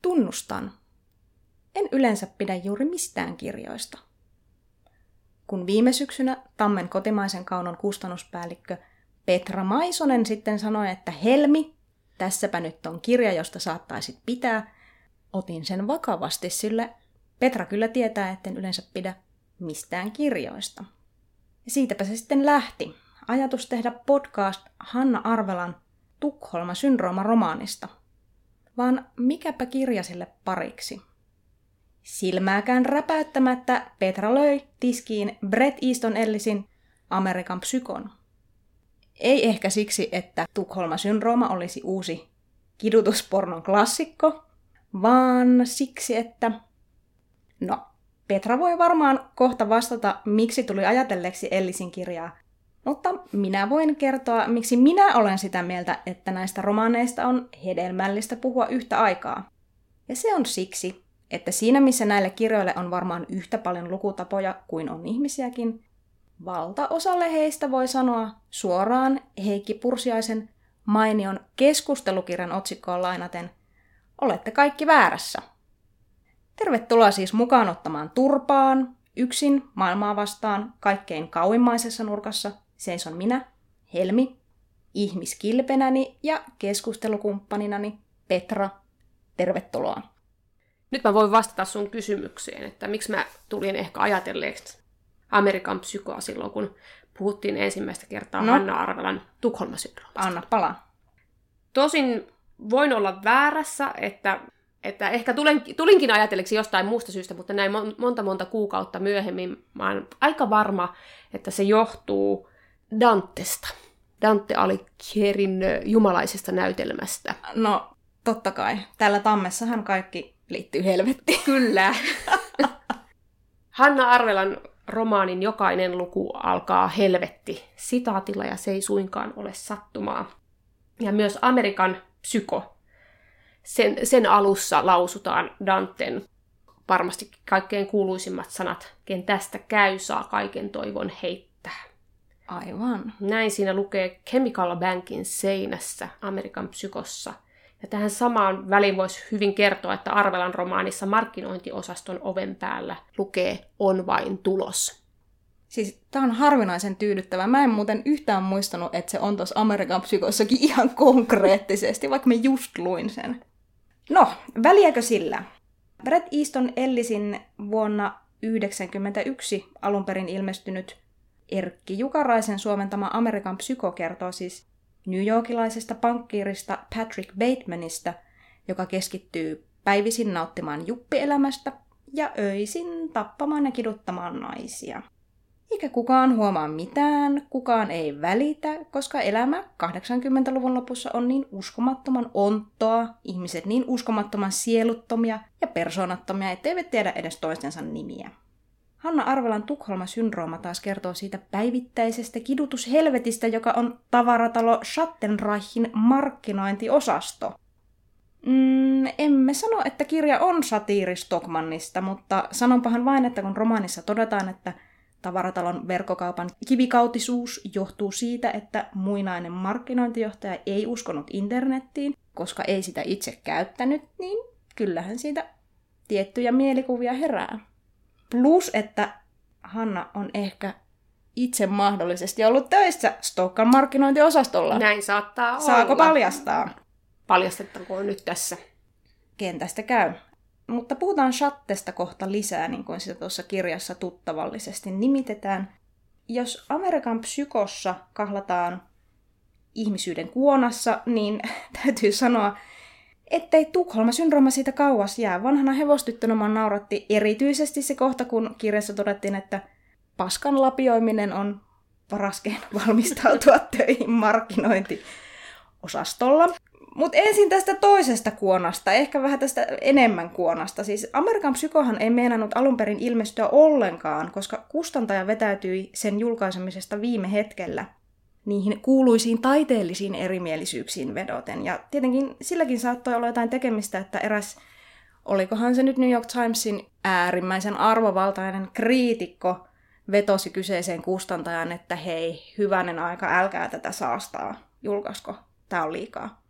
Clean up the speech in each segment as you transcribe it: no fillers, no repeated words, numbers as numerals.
Tunnustan. En yleensä pidä juuri mistään kirjoista. Kun viime syksynä Tammen kotimaisen kaunon kustannuspäällikkö Petra Maisonen sitten sanoi, että Helmi, tässäpä nyt on kirja, josta saattaisit pitää, otin sen vakavasti, sillä Petra kyllä tietää, etten yleensä pidä mistään kirjoista. Ja siitäpä se sitten lähti. Ajatus tehdä podcast Hanna Arvelan Tukholma-syndrooma-romaanista. Vaan mikäpä kirja sille pariksi? Silmääkään räpäyttämättä Petra löi tiskiin Bret Easton Ellisin Amerikan psykon. Ei ehkä siksi, että Tukholma-syndrooma olisi uusi kidutuspornon klassikko, vaan siksi, että... No, Petra voi varmaan kohta vastata, miksi tuli ajatelleeksi Ellisin kirjaa, mutta minä voin kertoa, miksi minä olen sitä mieltä, että näistä romaaneista on hedelmällistä puhua yhtä aikaa. Ja se on siksi, että siinä missä näille kirjoille on varmaan yhtä paljon lukutapoja kuin on ihmisiäkin, valtaosalle heistä voi sanoa suoraan Heikki Pursiaisen mainion keskustelukirjan otsikkoon lainaten, olette kaikki väärässä. Tervetuloa siis mukaan ottamaan turpaan, yksin maailmaa vastaan, kaikkein kauimmaisessa nurkassa seison minä, Helmi, ihmiskilpenäni ja keskustelukumppaninani Petra. Tervetuloa. Nyt mä voin vastata sun kysymykseen, että miksi mä tulin ehkä ajatelleeksi Amerikan psykoa silloin, kun puhuttiin ensimmäistä kertaa Hanna Arvelan Tukholma-syndroomasta. Anna palaa. Tosin voin olla väärässä, että ehkä tulinkin ajatelleeksi jostain muusta syystä, mutta näin monta kuukautta myöhemmin mä oon aika varma, että se johtuu Dantesta. Dante Alighirin jumalaisesta näytelmästä. No, totta kai. Täällä Tammessahan kaikki liittyy helvettiin. Kyllä. Hanna Arvelan romaanin jokainen luku alkaa helvetti sitaatilla ja se ei suinkaan ole sattumaa. Ja myös Amerikan psyko. Sen alussa lausutaan Danten varmasti kaikkein kuuluisimmat sanat, ken tästä käy, saa kaiken toivon heittää. Aivan. Näin siinä lukee Chemical Bankin seinässä Amerikan psykossa. Ja tähän samaan väliin voisi hyvin kertoa, että Arvelan romaanissa markkinointiosaston oven päällä lukee on vain tulos. Siis tää on harvinaisen tyydyttävä. Mä en muuten yhtään muistanut, että se on tuossa Amerikan psykossakin ihan konkreettisesti, vaikka mä just luin sen. No, väliäkö sillä? Bret Easton Ellisin vuonna 1991 alun perin ilmestynyt Erkki Jukaraisen suomentama Amerikan psyko kertoo siis newyorkilaisesta pankkiirista Patrick Batemanista, joka keskittyy päivisin nauttimaan juppielämästä ja öisin tappamaan ja kiduttamaan naisia. Eikä kukaan huomaa mitään, kukaan ei välitä, koska elämä 80-luvun lopussa on niin uskomattoman onttoa, ihmiset niin uskomattoman sieluttomia ja persoonattomia, etteivät tiedä edes toistensa nimiä. Hanna Arvelan Tukholma-syndrooma taas kertoo siitä päivittäisestä kidutushelvetistä, joka on tavaratalo Schattenreichin markkinointiosasto. Emme sano, että kirja on satiiri Stockmannista, mutta sanonpahan vain, että kun romaanissa todetaan, että tavaratalon verkkokaupan kivikautisuus johtuu siitä, että muinainen markkinointijohtaja ei uskonut internettiin, koska ei sitä itse käyttänyt, niin kyllähän siitä tiettyjä mielikuvia herää. Plus, että Hanna on ehkä itse mahdollisesti ollut töissä Stokkan markkinointiosastolla. Näin saattaa olla. Saako paljastaa? Paljastettakoon nyt tässä. Kentästä käy. Mutta puhutaan Schattesta kohta lisää, niin kuin sitä tuossa kirjassa tuttavallisesti nimitetään. Jos Amerikan psykossa kahlataan ihmisyyden kuonassa, niin täytyy sanoa, ettei Tukholma-syndrooma siitä kauas jää. Vanhana hevostyttönä mua nauratti erityisesti se kohta, kun kirjassa todettiin, että paskan lapioiminen on paras keino valmistautua töihin markkinointiosastolla. Mutta ensin tästä toisesta kuonasta, ehkä vähän tästä enemmän kuonasta. Siis Amerikan psykohan ei meinannut alun perin ilmestyä ollenkaan, koska kustantaja vetäytyi sen julkaisemisesta viime hetkellä niihin kuuluisiin taiteellisiin erimielisyyksiin vedoten. Ja tietenkin silläkin saattoi olla jotain tekemistä, että olikohan se nyt New York Timesin äärimmäisen arvovaltainen kriitikko vetosi kyseiseen kustantajaan, että hei, hyvänen aika, älkää tätä saastaa, julkaisko, tää on liikaa.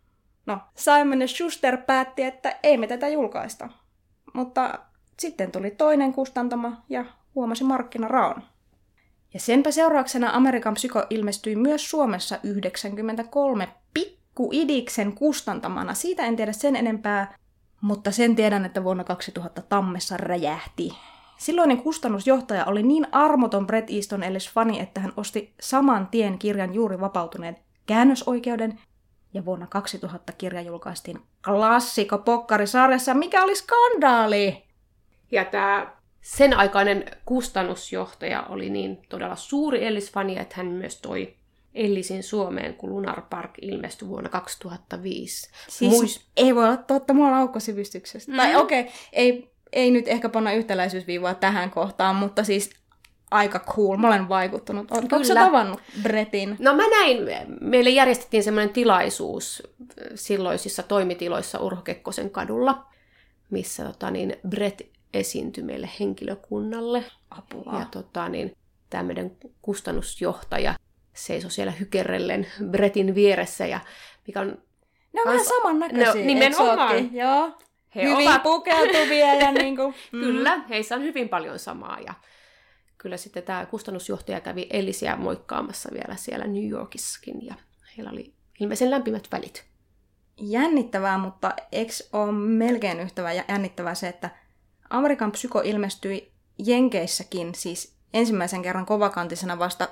No, Simon & Schuster päätti, että ei me tätä julkaista. Mutta sitten tuli toinen kustantama ja huomasi markkinaraon. Ja senpä seurauksena Amerikan Psyko ilmestyi myös Suomessa 93 pikku-idiksen kustantamana. Siitä en tiedä sen enempää, mutta sen tiedän, että vuonna 2000 tammessa räjähti. Silloinen kustannusjohtaja oli niin armoton Bret Easton Ellis-fani, että hän osti saman tien kirjan juuri vapautuneen käännösoikeuden, ja vuonna 2000 kirja julkaistiin klassikko-pokkarisarjassa, mikä oli skandaali! Ja tämä sen aikainen kustannusjohtaja oli niin todella suuri Ellis-fani, että hän myös toi Ellisin Suomeen, kun Lunar Park ilmestyi vuonna 2005. Siis ei voi olla totta, mulla on laukkosivistyksestä. Tai okei, ei nyt ehkä panna yhtäläisyysviivaa tähän kohtaan, mutta siis aika cool. Mä olen vaikuttunut. Oletko sä tavannut Bretin? No mä näin. Meille järjestettiin semmoinen tilaisuus silloisissa toimitiloissa Urho Kekkosen kadulla, missä Bret esiintyi meille henkilökunnalle. Apua. Ja tämmöinen kustannusjohtaja seisoi siellä hykerrellen Bretin vieressä. Ja mikä on ne on vähän samannäköisiä. No, nimenomaan. Joo. Hyvin pukeutuvia ja niinku. Kyllä, heissä on hyvin paljon samaa. Ja kyllä sitten tämä kustannusjohtaja kävi Ellisiä moikkaamassa vielä siellä New Yorkissakin. Ja heillä oli ilmeisen lämpimät välit. Jännittävää, mutta eikö ole melkein yhtä jännittävää se, että Amerikan Psyko ilmestyi Jenkeissäkin siis ensimmäisen kerran kovakantisena vasta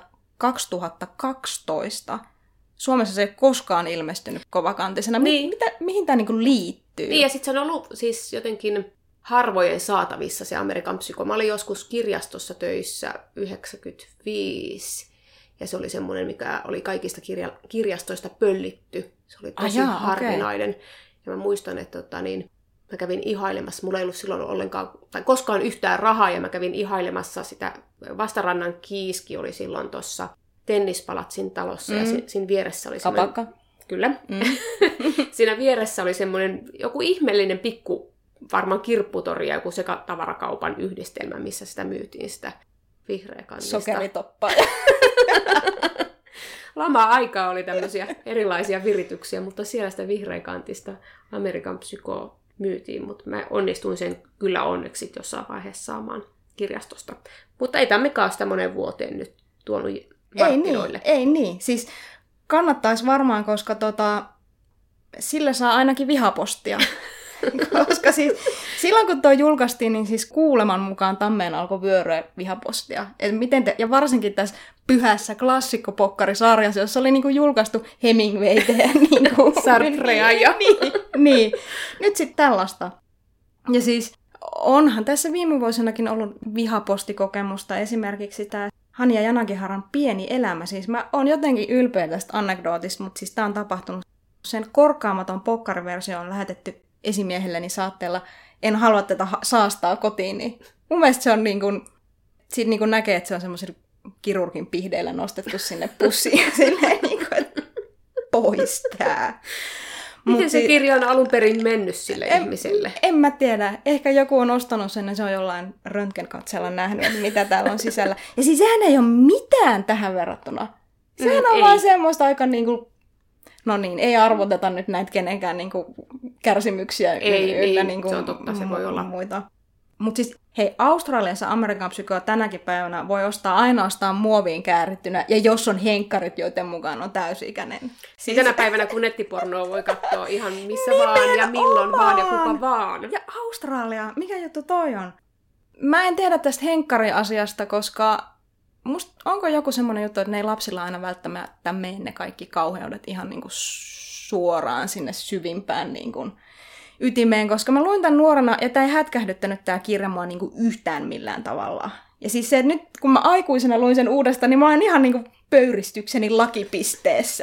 2012. Suomessa se ei ole koskaan ilmestynyt kovakantisena. Niin. Mihin tämä niinku liittyy? Niin, ja sitten se on ollut siis jotenkin harvojen saatavissa se Amerikan Psyko. Mä olin joskus kirjastossa töissä 95, ja se oli semmoinen, mikä oli kaikista kirjastoista pöllitty. Se oli tosi harvinainen. Okay. Ja mä muistan, että mä kävin ihailemassa, mulla ei ollut silloin ollenkaan, tai koskaan yhtään rahaa, ja mä kävin ihailemassa sitä, Vastarannan Kiiski oli silloin tuossa Tennispalatsin talossa, ja siinä vieressä oli semmoinen... Kapakka. Kyllä. Siinä vieressä oli semmoinen joku ihmeellinen pikku, varmaan kirpputori ja joku sekatavarakaupan yhdistelmä, missä sitä myytiin, sitä vihreäkantista. Sokeritoppaa. Lama-aikaa oli tämmöisiä erilaisia virityksiä, mutta siellä sitä vihreäkantista Amerikan Psykoa myytiin, mutta mä onnistuin sen kyllä onneksi jossain vaiheessa saamaan kirjastosta. Mutta ei tämmöikään sitä moneen vuoteen nyt tuonut markkinoille. Ei niin. Siis kannattaisi varmaan, koska sillä saa ainakin vihapostia. Koska siis, silloin kun tuo julkaistiin, niin siis kuuleman mukaan Tammeen alkoi vyöryä vihapostia. Ja varsinkin tässä pyhässä klassikkopokkarisarjassa, jossa oli niinku julkaistu Hemingwaytä ja niinku... Sartrea ja... niin. Nyt sitten tällaista. Ja siis onhan tässä viime vuosinakin ollut vihapostikokemusta. Esimerkiksi tämä Hanya Janagiharan Pieni elämä. Siis mä oon jotenkin ylpeä tästä anekdootista, mutta siis tää on tapahtunut. Sen korkkaamaton pokkariversio on lähetetty esimiehelleni saatteella, en halua tätä saastaa kotiin, niin mun mielestä se on niin kuin, siitä niin kuin näkee, että se on semmoisilla kirurgin pihdeillä nostettu sinne pussiin, silleen niin kuin, että pois tää. Miten se kirja on alun perin mennyt sille ihmiselle? En mä tiedä. Ehkä joku on ostanut sen ja se on jollain röntgenkatseella nähnyt, että mitä täällä on sisällä. Ja siis sehän ei ole mitään tähän verrattuna. Sehän on vaan semmoista aika niinku... No niin, ei arvoteta nyt näitä kenenkään niinku kärsimyksiä yllä niinku se on totta, se voi olla. Muita. Mutta siis, hei, Australiassa Amerikan Psykoa tänäkin päivänä voi ostaa ainoastaan muoviin käärittynä, ja jos on henkkarit, joiden mukaan on täysi-ikäinen. Siis... Tänä päivänä, kun nettipornoa voi katsoa ihan missä vaan ja milloin vaan ja kuka vaan. Ja Australia, mikä juttu toi on? Mä en tiedä tästä henkkari-asiasta, koska onko joku semmoinen juttu, että ne ei lapsilla aina välttämättä mene ne kaikki kauheudet ihan niinku suoraan sinne syvimpään niinku ytimeen, koska mä luin tämän nuorena, ja tää ei hätkähdyttänyt tää kirja mua niinku yhtään millään tavalla. Ja siis se, että nyt kun mä aikuisena luin sen uudestaan, niin mä olen ihan niinku pöyristykseni lakipisteessä.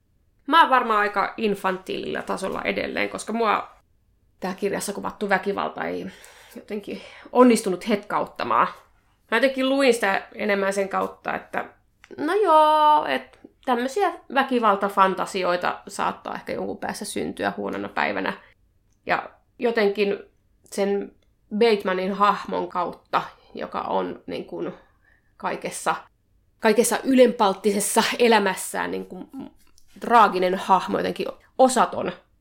Mä oon varmaan aika infantiililla tasolla edelleen, koska mua tää kirjassa kuvattu väkivalta ei jotenkin onnistunut hetkauttamaan. Mä jotenkin luin sitä enemmän sen kautta, että no joo, että tämmöisiä väkivaltafantasioita saattaa ehkä jonkun päässä syntyä huonona päivänä. Ja jotenkin sen Batemanin hahmon kautta, joka on niin kuin kaikessa ylenpalttisessa elämässään niin kuin traaginen hahmo, jotenkin osaton,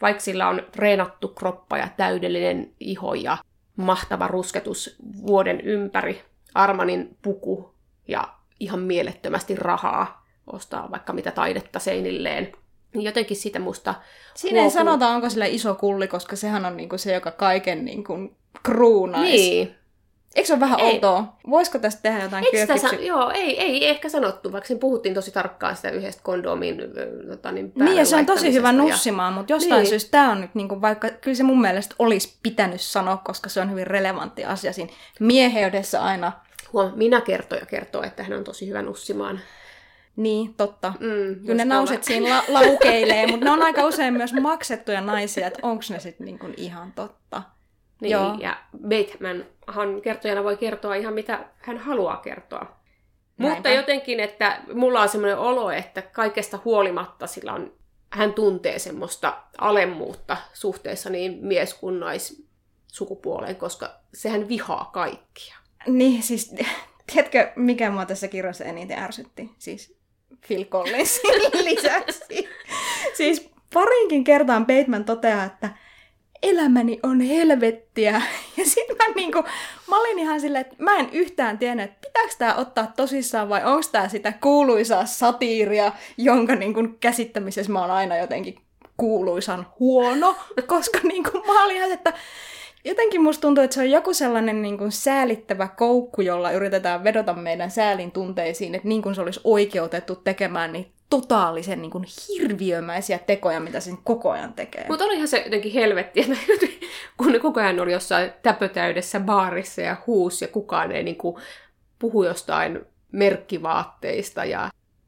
vaikka sillä on treenattu kroppa ja täydellinen iho ja mahtava rusketus vuoden ympäri, Armanin puku ja ihan mielettömästi rahaa ostaa vaikka mitä taidetta seinilleen. Niin jotenkin siitä musta Siinä ei sanota, onko sillä iso kulli, koska sehän on niinku se, joka kaiken niinku kruunaisi. Niin. Eikö se ole vähän outoa? Voisiko tästä tehdä jotain Joo, ei ehkä sanottu, vaikka sen puhuttiin tosi tarkkaan sitä yhdestä kondoomin Niin, ja se on tosi hyvä nussimaan, mutta jostain syystä tämä on nyt, niinku, vaikka kyllä se mun mielestä olisi pitänyt sanoa, koska se on hyvin relevantti asia siinä mieheydessä aina. Minä kertoo, että hän on tosi hyvä nussimaan. Niin, totta. Kyllä ne naiset siinä laukeilee, mutta ne on aika usein myös maksettuja naisia, että onko ne sitten niinku ihan totta. Niin, joo. Ja Batemanhan kertojana voi kertoa ihan mitä hän haluaa kertoa. Näinpä. Mutta jotenkin, että mulla on semmoinen olo, että kaikesta huolimatta hän tuntee semmoista alemmuutta suhteessa niin mies- kuin naissukupuoleen, koska sehän vihaa kaikkia. Niin, siis tiedätkö, mikä mua tässä kirjassa eniten ärsytti? Siis Phil Collinsin lisäksi. Siis parinkin kertaan Bateman toteaa, että elämäni on helvettiä. Ja sit mä olin ihan silleen, että mä en yhtään tiennyt, että pitääkö tää ottaa tosissaan vai onko tää sitä kuuluisaa satiiria, jonka käsittämisessä mä oon aina jotenkin kuuluisan huono. Koska mä olin ihan, että jotenkin musta tuntuu, että se on joku sellainen säälittävä koukku, jolla yritetään vedota meidän säälin tunteisiin, että niin kuin se olisi oikeutettu tekemään niin totaalisen hirviömäisiä tekoja, mitä sen koko ajan tekee. Mutta olihan se jotenkin helvetti, että kun ne koko ajan oli jossain täpötäydessä baarissa ja huusi ja kukaan ei puhu jostain merkkivaatteista ja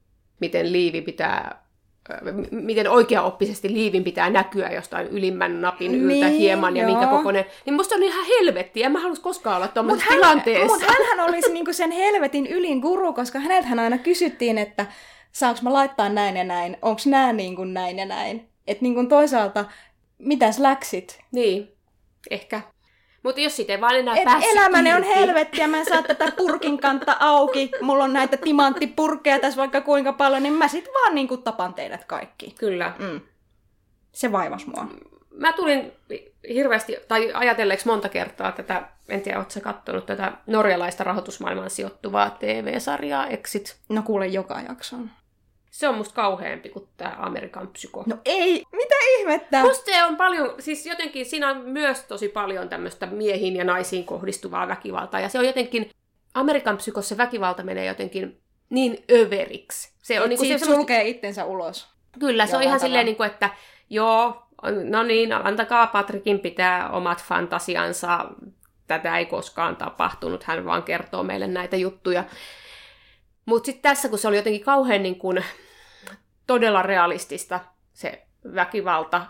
miten oikeaoppisesti liivin pitää näkyä jostain ylimmän napin yltä hieman ja minkä kokoinen. Niin musta on ihan helvettiä. En mä halus koskaan olla tuollaisessa tilanteessa. Mutta hänhän olisi sen helvetin ylin guru, koska häneltähän aina kysyttiin, että saanko mä laittaa näin ja näin, onko nää näin ja näin. Että toisaalta, mitäs läksit? Niin, ehkä. Mutta jos siitä ei vaan enää päässyt elämäni on helvettiä, mä en saa tätä purkin kantta auki, mulla on näitä timanttipurkkeja tässä vaikka kuinka paljon, niin mä sit vaan tapan teidät kaikki. Kyllä. Se vaivasi mua. Mä tulin hirveästi, tai ajatelleeksi monta kertaa tätä, en tiedä, ootko sä kattonut tätä norjalaista rahoitusmaailmaan sijoittuvaa TV-sarjaa Exit? No kuule joka jakson. Se on musta kauheampi kuin tää Amerikan Psyko. No ei, mitä ihmettä? Musta se on paljon, siis jotenkin siinä on myös tosi paljon tämmöistä miehiin ja naisiin kohdistuvaa väkivaltaa. Ja se on jotenkin, Amerikan Psykossa se väkivalta menee jotenkin niin överiksi. Se on siitä se sulkee itsensä ulos. Kyllä, se on ihan silleen, että joo, no niin, antakaa Patrikin pitää omat fantasiansa. Tätä ei koskaan tapahtunut, hän vaan kertoo meille näitä juttuja. Mutta sitten tässä, kun se oli jotenkin kauhean todella realistista se väkivalta,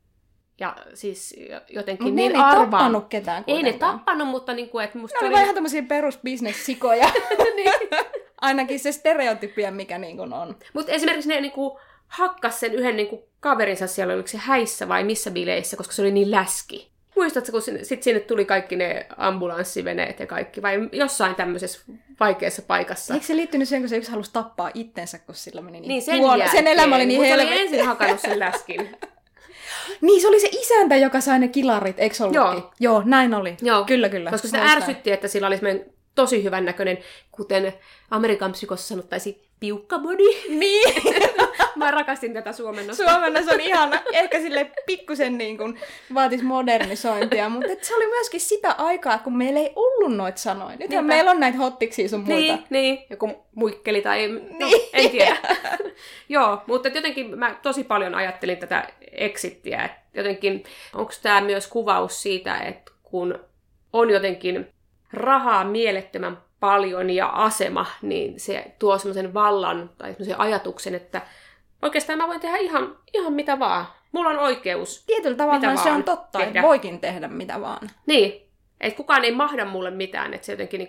ja siis jotenkin niin arvaa. Ei tappanut ketään kuitenkaan. Ei ne tappanut, mutta että musta ne oli vaan ihan tämmöisiä perusbisnessikoja. Niin. Ainakin se stereotypia, mikä on. Mutta esimerkiksi ne hakkas sen yhden kaverinsa siellä, oliko se häissä vai missä bileissä, koska se oli niin läski. Muistatko, kun sitten sinne tuli kaikki ne ambulanssiveneet ja kaikki, vai jossain tämmöisessä vaikeassa paikassa? Eikö se liittynyt siihen, kun se yksi halusi tappaa itsensä, kun sillä meni niin sen elämä oli niin helvetti. Se oli ensin hakannut sen läskin. Niin, se oli se isäntä, joka sai ne kilarit, eikö se ollutkin? Joo, näin oli. Joo. Kyllä. Koska sitä ärsytti, että sillä oli semmoinen tosi hyvän näköinen, kuten Amerikan Psykossa sanottaisiin, piukka body. Niin. Mä rakastin tätä suomennosta. Suomennos on ihana. Ehkä sille pikkusen vaatisi modernisointia, mutta se oli myöskin sitä aikaa, kun meillä ei ollut noita sanoja. Nythän meillä on näitä hottiksia sun muita. Niin, joku muikkeli tai en tiedä. Joo, mutta jotenkin mä tosi paljon ajattelin tätä exittiä. Jotenkin, onko tämä myös kuvaus siitä, että kun on jotenkin rahaa mielettömän paljon ja asema, niin se tuo semmoisen vallan tai semmoisen ajatuksen, että oikeastaan mä voin tehdä ihan mitä vaan. Mulla on oikeus. Tietyllä tavalla se on totta, tehdä. Että voikin tehdä mitä vaan. Niin, että kukaan ei mahda mulle mitään, että se jotenkin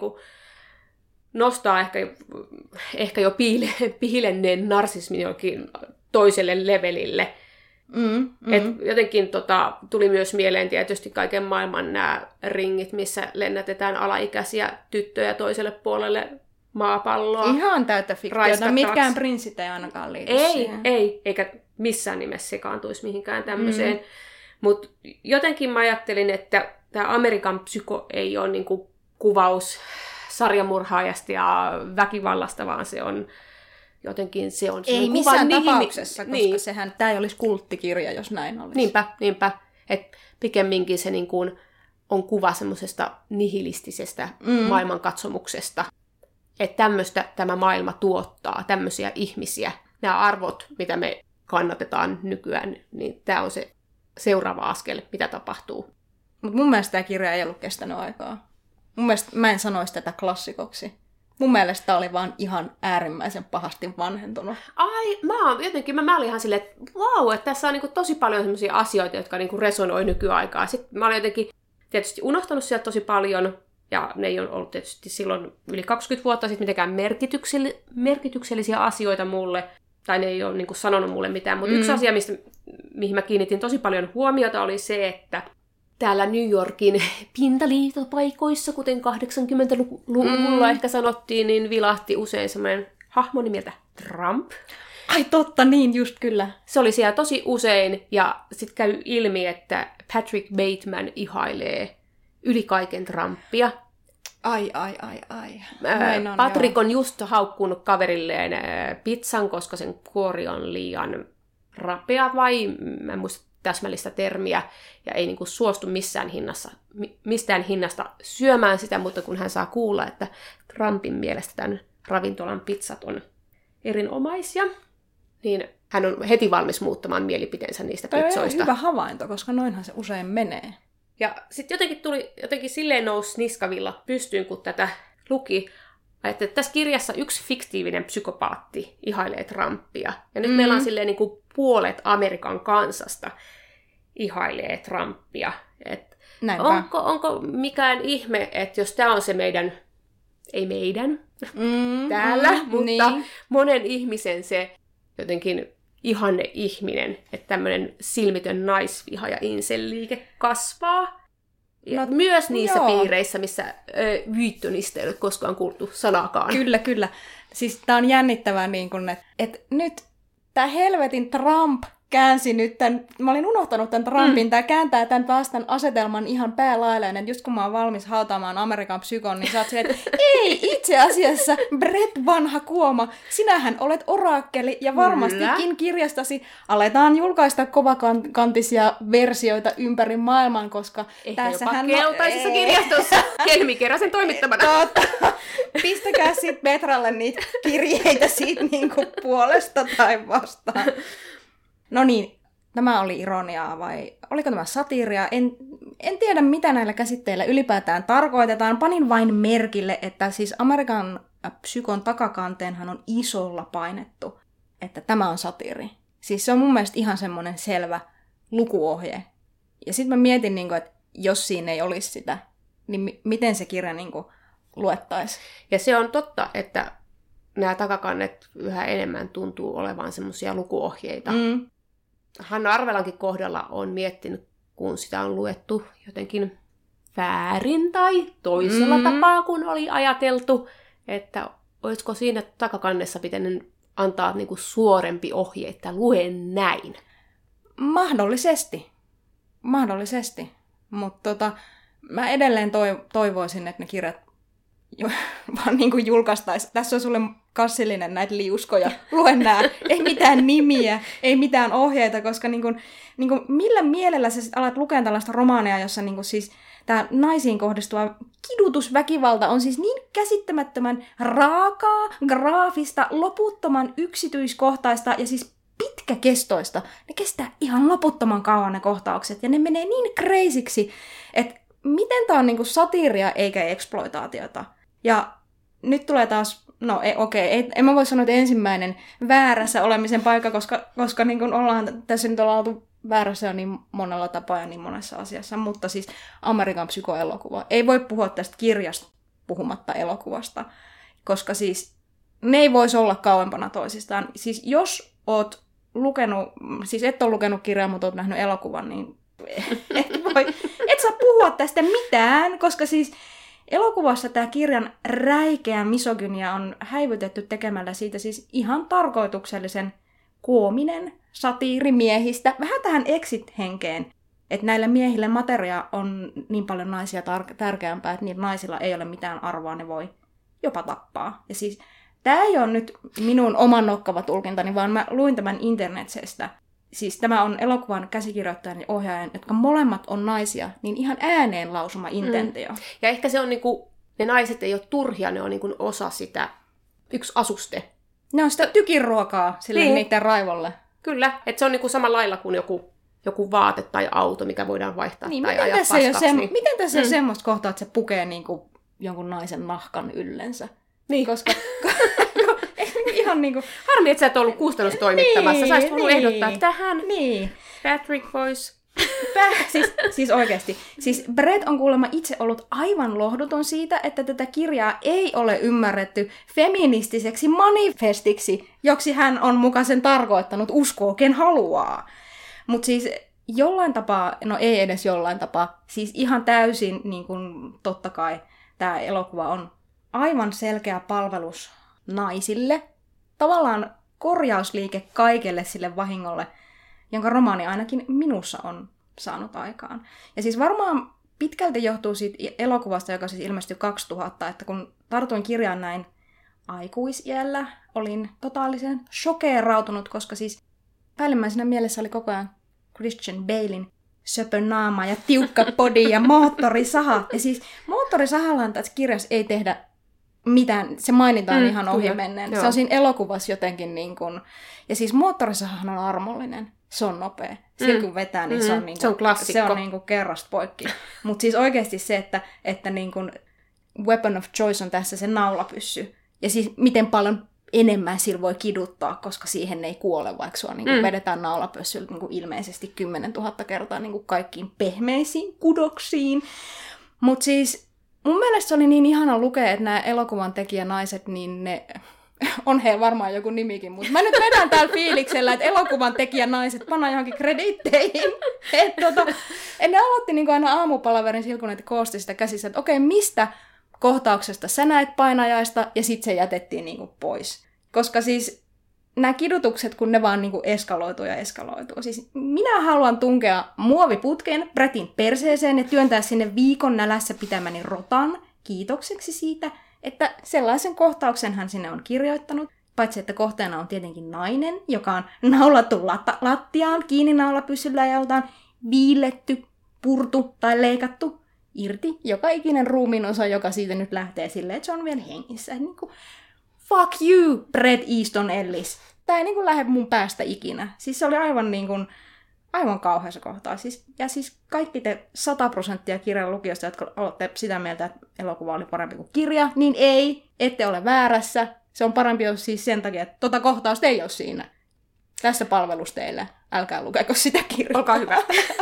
nostaa ehkä jo piilenneen narsismin jokin toiselle levelille. Et jotenkin tuli myös mieleen tietysti kaiken maailman nämä ringit, missä lennätetään alaikäisiä tyttöjä toiselle puolelle maapalloa. Ihan täyttä fiktiota. Mitkään prinssit ei ainakaan liity siihen. Ei, eikä missään nimessä sekaantuisi mihinkään tämmöiseen. Mutta jotenkin mä ajattelin, että tämä Amerikan psyko ei ole niinku kuvaus sarjamurhaajasta ja väkivallasta, vaan se on jotenkin se on ei missään tapauksessa, koska sehän tämä ei olisi kulttikirja, jos näin olisi. Niinpä. Et pikemminkin se niin kuin on kuva semmoisesta nihilistisesta maailmankatsomuksesta. Että tämmöistä tämä maailma tuottaa, tämmöisiä ihmisiä. Nämä arvot, mitä me kannatetaan nykyään, niin tämä on se seuraava askel, mitä tapahtuu. Mutta mun mielestä tämä kirja ei ollut kestänyt aikaa. Mun mielestä mä en sanoisi tätä klassikoksi. Mun mielestä tämä oli vaan ihan äärimmäisen pahasti vanhentunut. Mä olin ihan silleen, että vau, että tässä on niinku tosi paljon sellaisia asioita, jotka niinku resonoi nykyaikaa. Sitten mä olin jotenkin tietysti unohtanut sieltä tosi paljon, ja ne ei ole ollut tietysti silloin yli 20 vuotta sitten mitenkään merkityksellisiä asioita mulle, tai ne ei ole niinku sanonut mulle mitään. Mutta yksi asia, mihin mä kiinnitin tosi paljon huomiota, oli se, että täällä New Yorkin pintaliitopaikoissa, kuten 80-luvulla ehkä sanottiin, niin vilahti usein semmoinen hahmo nimeltä Trump. Ai totta, niin just kyllä. Se oli siellä tosi usein, ja sitten käy ilmi, että Patrick Bateman ihailee yli kaiken Trumpia. Ai. Patrick on just haukkunut kaverilleen pizzan, koska sen kuori on liian rapea, vai mä en muista täsmällistä termiä, ja ei niinku suostu mistään hinnasta syömään sitä, mutta kun hän saa kuulla, että Trumpin mielestä tämän ravintolan pizzat on erinomaisia, niin hän on heti valmis muuttamaan mielipiteensä niistä pizzoista. Hyvä havainto, koska noinhan se usein menee. Ja sitten jotenkin silleen nousi niskavilla pystyyn, kun tätä luki, että tässä kirjassa yksi fiktiivinen psykopaatti ihailee Trumpia. Ja nyt meillä on silleen niin kuin puolet Amerikan kansasta ihailee Trumpia. Onko mikään ihme, että jos tämä on se ei meidän, täällä, mutta monen ihmisen se jotenkin ihanne ihminen, että tämmöinen silmitön naisviha ja incel-liike kasvaa. Ja myös niissä piireissä, missä Vyttönistä ei ole koskaan kuultu sanakaan. Kyllä. Siis tää on jännittävää, niin kun, että nyt tää helvetin Trump käänsi nyt tämän, mä olin unohtanut tämän Trumpin, tää kääntää tämän taas tämän asetelman ihan päälailleen, että just kun mä oon valmis hautaamaan Amerikan psykon, niin sä oot silleen, että ei itse asiassa, Brett vanha kuoma, sinähän olet oraakkeli ja varmastikin kirjastasi aletaan julkaista kovakantisia versioita ympäri maailman, koska ehkä tässähän jopa keltaisessa kirjastossa Kelmi Keräsen toimittamana. Pistäkää sit Petralle niitä kirjeitä siitä niinku puolesta tai vastaan. No niin, tämä oli ironiaa vai oliko tämä satiiria? En tiedä, mitä näillä käsitteillä ylipäätään tarkoitetaan. Panin vain merkille, että siis Amerikan psykon takakanteenhan on isolla painettu, että tämä on satiiri. Siis se on mun mielestä ihan semmoinen selvä lukuohje. Ja sitten mä mietin, että jos siinä ei olisi sitä, niin miten se kirja luettaisiin. Ja se on totta, että nämä takakannet yhä enemmän tuntuu olevan semmoisia lukuohjeita. Hanna Arvelankin kohdalla on miettinyt, kun sitä on luettu jotenkin väärin tai toisella tapaa, kun oli ajateltu, että olisiko siinä takakannessa pitänyt antaa niinku suorempi ohje, että luen näin. Mahdollisesti. Mutta mä edelleen toivoisin, että ne kirjat vaan julkaistaisiin. Tässä on sulle kassillinen näitä liuskoja. Lue nää. Ei mitään nimiä, ei mitään ohjeita, koska millä mielellä sä sit alat lukea tällaista romaania, jossa siis tämä naisiin kohdistuva kidutusväkivalta on siis niin käsittämättömän raakaa, graafista, loputtoman yksityiskohtaista ja siis pitkäkestoista. Ne kestää ihan loputtoman kauan ne kohtaukset ja ne menee niin crazyksi, että miten tää on satiiria eikä exploitaatiota. Ja nyt tulee taas, en mä voi sanoa, että ensimmäinen väärässä olemisen paikka, koska tässä nyt ollaan oltu väärässä niin monella tapaa ja niin monessa asiassa, mutta siis Amerikan psykoelokuva. Ei voi puhua tästä kirjasta puhumatta elokuvasta, koska siis ne ei voisi olla kauempana toisistaan. Siis jos oot lukenut, siis et ole lukenut kirjaa, mutta oot nähnyt elokuvan, niin et saa puhua tästä mitään, koska siis elokuvassa tämä kirjan räikeä misogynia on häivytetty tekemällä siitä siis ihan tarkoituksellisen koominen satiiri miehistä, vähän tähän exit-henkeen, että näille miehille materia on niin paljon naisia tärkeämpää, että niillä naisilla ei ole mitään arvoa, ne voi jopa tappaa. Ja siis tämä ei ole nyt minun oman nokkava tulkintani, vaan mä luin tämän internetsestä. Siis tämä on elokuvan käsikirjoittajan ja ohjaajan, jotka molemmat on naisia, niin ihan ääneen lausuma intentio. Ja ehkä se on niinku, ne naiset ei ole turhia, ne on niinku osa sitä, yksi asuste. Ne on sitä tykinruokaa sille niiden raivolle. Kyllä, että se on niinku samalla lailla kuin joku vaate tai auto, mikä voidaan vaihtaa niin, tai ajaa paskaksi. Miten tässä on semmoista kohtaa, että se pukee niinku jonkun naisen nahkan yllensä? Niin. Koska ihan niinku... Harmi, että sä et ollut kustannustoimittamassa. Sä olisit voinut ehdottaa tähän. Niin. Patrick Voice. Siis oikeasti. Siis Brett on kuulemma itse ollut aivan lohduton siitä, että tätä kirjaa ei ole ymmärretty feministiseksi manifestiksi, joksi hän on muka sen tarkoittanut, uskoo ken haluaa. Mutta siis jollain tapaa, no ei edes jollain tapaa, siis ihan täysin niin kun, totta kai tämä elokuva on aivan selkeä palvelus naisille. Tavallaan korjausliike kaikelle sille vahingolle, jonka romaani ainakin minussa on saanut aikaan. Ja siis varmaan pitkälti johtuu siitä elokuvasta, joka siis ilmestyi 2000, että kun tartuin kirjaan näin aikuisiällä, olin totaalisen shokeerautunut, koska siis päällimmäisenä mielessä oli koko ajan Christian Balein söpönaama ja tiukka body ja moottorisaha. Ja siis moottorisahallaan tässä kirjassa ei tehdä mitään, se mainitaan ihan ohimennen. Se on siinä elokuvassa jotenkin niin kuin, ja siis moottorisahahan on armollinen. Se on nopea. Sillä kun vetää, niin se on, niin kuin, se on klassikko. Se on niin kuin kerrasta poikki. Mutta siis oikeasti se, että niin kuin weapon of choice on tässä se naulapyssy. Ja siis miten paljon enemmän sillä voi kiduttaa, koska siihen ei kuole, vaikka sua niin kuin vedetään naulapössyllä niin kuin ilmeisesti 10 000 kertaa niin kuin kaikkiin pehmeisiin kudoksiin. Mutta siis mun mielestä se oli niin ihana lukea, että nämä elokuvan tekijänaiset, niin ne... On heillä varmaan joku nimikin, mutta mä nyt vedän täällä fiiliksellä, että elokuvan tekijänaiset pannaan johonkin krediitteihin. Ne aloitti niin kuin aina aamupalaverin sillä, kun ne koosti sitä käsissä, että okei, mistä kohtauksesta sä näet painajaista, ja sitten se jätettiin niin kuin pois. Koska siis nämä kidutukset, kun ne vaan niin kuin eskaloituu ja eskaloituu. Siis minä haluan tunkea muoviputken Brettin perseeseen ja työntää sinne viikon nälässä pitämäni rotan kiitokseksi siitä, että sellaisen kohtauksen hän sinne on kirjoittanut, paitsi että kohteena on tietenkin nainen, joka on naulattu lattiaan kiinni naulapyssyllä ja jolta on viiletty, purtu tai leikattu irti joka ikinen ruumiin osa, joka siitä nyt lähtee silleen, että se on vielä hengissä. Niin kuin, fuck you, Bret Easton Ellis. Tämä ei niin kuin lähde mun päästä ikinä. Siis se oli aivan niin kuin, aivan kauheassa kohtaa. Ja siis kaikki te 100% kirjan lukijoista, jotka olette sitä mieltä, että elokuva oli parempi kuin kirja, niin ei, ette ole väärässä. Se on parempi siis sen takia, että tota kohtausta ei ole siinä. Tässä palvelus teille. Älkää lukeko sitä kirjaa. Olkaa hyvä.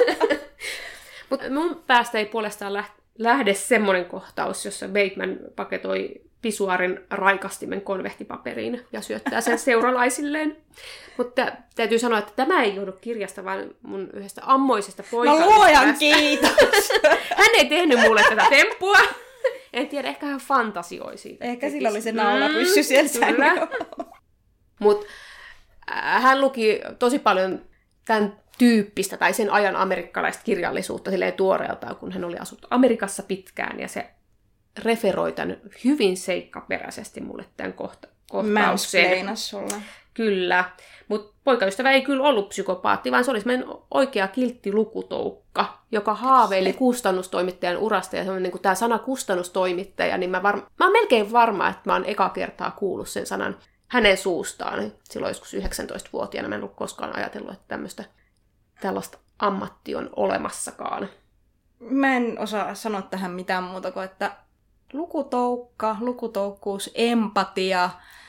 Mutta mun päästä ei puolestaan lähde semmoinen kohtaus, jossa Bateman paketoi pisuaarin raikastimen konvehtipaperiin ja syöttää sen seuralaisilleen. Mutta täytyy sanoa, että tämä ei joudu kirjasta, vaan mun yhdestä ammoisesta poikaystävästä. No luojan kiitos! Hän ei tehnyt mulle tätä temppua. En tiedä, ehkä hän fantasioi siitä. Ehkä sillä oli se naulapyssy siellä sängyllä. Mutta hän luki tosi paljon tämän tyyppistä tai sen ajan amerikkalaista kirjallisuutta silleen tuoreeltaan, kun hän oli asunut Amerikassa pitkään, ja se referoi tämän hyvin seikkaperäisesti mulle tämän kohtauksen. Mä sulle. Kyllä, mutta poikaystävä ei kyllä ollut psykopaatti, vaan se oli semmoinen oikea kiltti lukutoukka, joka haaveili kustannustoimittajan urasta, ja niin kuin tämä sana kustannustoimittaja, niin mä oon melkein varma, että mä oon eka kertaa kuullut sen sanan hänen suustaan. Silloin joskus 19-vuotiaana mä en ollut koskaan ajatellut, että tällaista ammatti on olemassakaan. Mä en osaa sanoa tähän mitään muuta kuin, että lukutoukka, lukutoukkuus, empatia,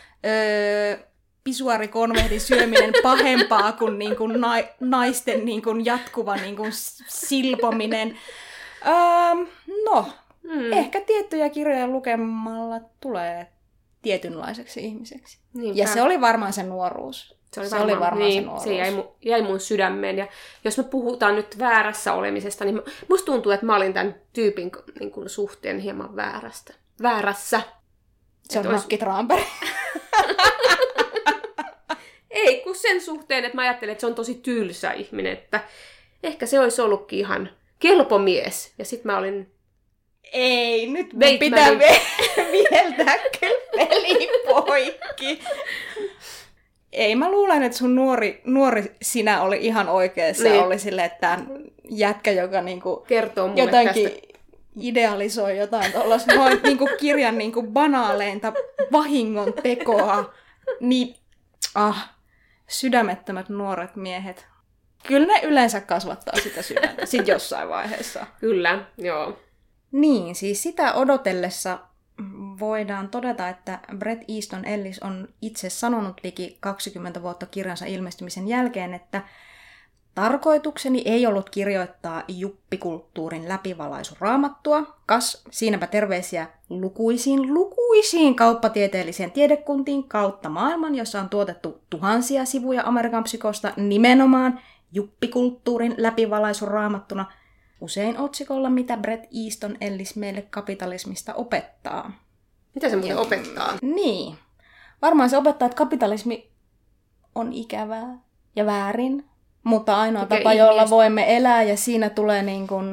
pisuaarikonvehdin syöminen pahempaa kuin, niin kuin naisten niin kuin jatkuva niin kuin silpominen. Ehkä tiettyjä kirjoja lukemalla tulee tietynlaiseksi ihmiseksi. Niinpä. Ja se oli varmaan se nuoruus. Se oli varmaan se nuoruus. Se jäi mun sydämeen. Ja jos me puhutaan nyt väärässä olemisesta, niin musta tuntuu, että mä olin tämän tyypin niin kuin, suhteen hieman väärässä. Se on Nakki Tramberg. Ei, kun sen suhteen, että mä ajattelen, että se on tosi tylsä ihminen, että ehkä se olisi ollutkin ihan kelpo mies. Ja sit mä olin... Ei, nyt pitää mieltää kyllä peli poikki. Ei, mä luulen, että sun nuori sinä oli ihan oikeassa. Niin. Oli silleen, että tämä jätkä, joka niinku kertoo mulle jotenkin tästä. Idealisoi jotain tuollaista niinku kirjan niinku banaaleinta vahingon tekoa. Niin, sydämettömät nuoret miehet. Kyllä ne yleensä kasvattaa sitä sydäntä sit jossain vaiheessa. Kyllä, joo. Niin, siis sitä odotellessa voidaan todeta, että Bret Easton Ellis on itse sanonut liki 20 vuotta kirjansa ilmestymisen jälkeen, että tarkoitukseni ei ollut kirjoittaa juppikulttuurin läpivalaisuraamattua, siinäpä terveisiä lukuisiin kauppatieteelliseen tiedekuntiin kautta maailman, jossa on tuotettu tuhansia sivuja Amerikan psykosta nimenomaan juppikulttuurin läpivalaisuraamattuna, usein otsikolla, mitä Bret Easton Ellis meille kapitalismista opettaa. Mitä se muuten opettaa? Niin. Varmaan se opettaa, että kapitalismi on ikävää ja väärin, mutta ainoa tapa, jolla voimme elää, ja siinä tulee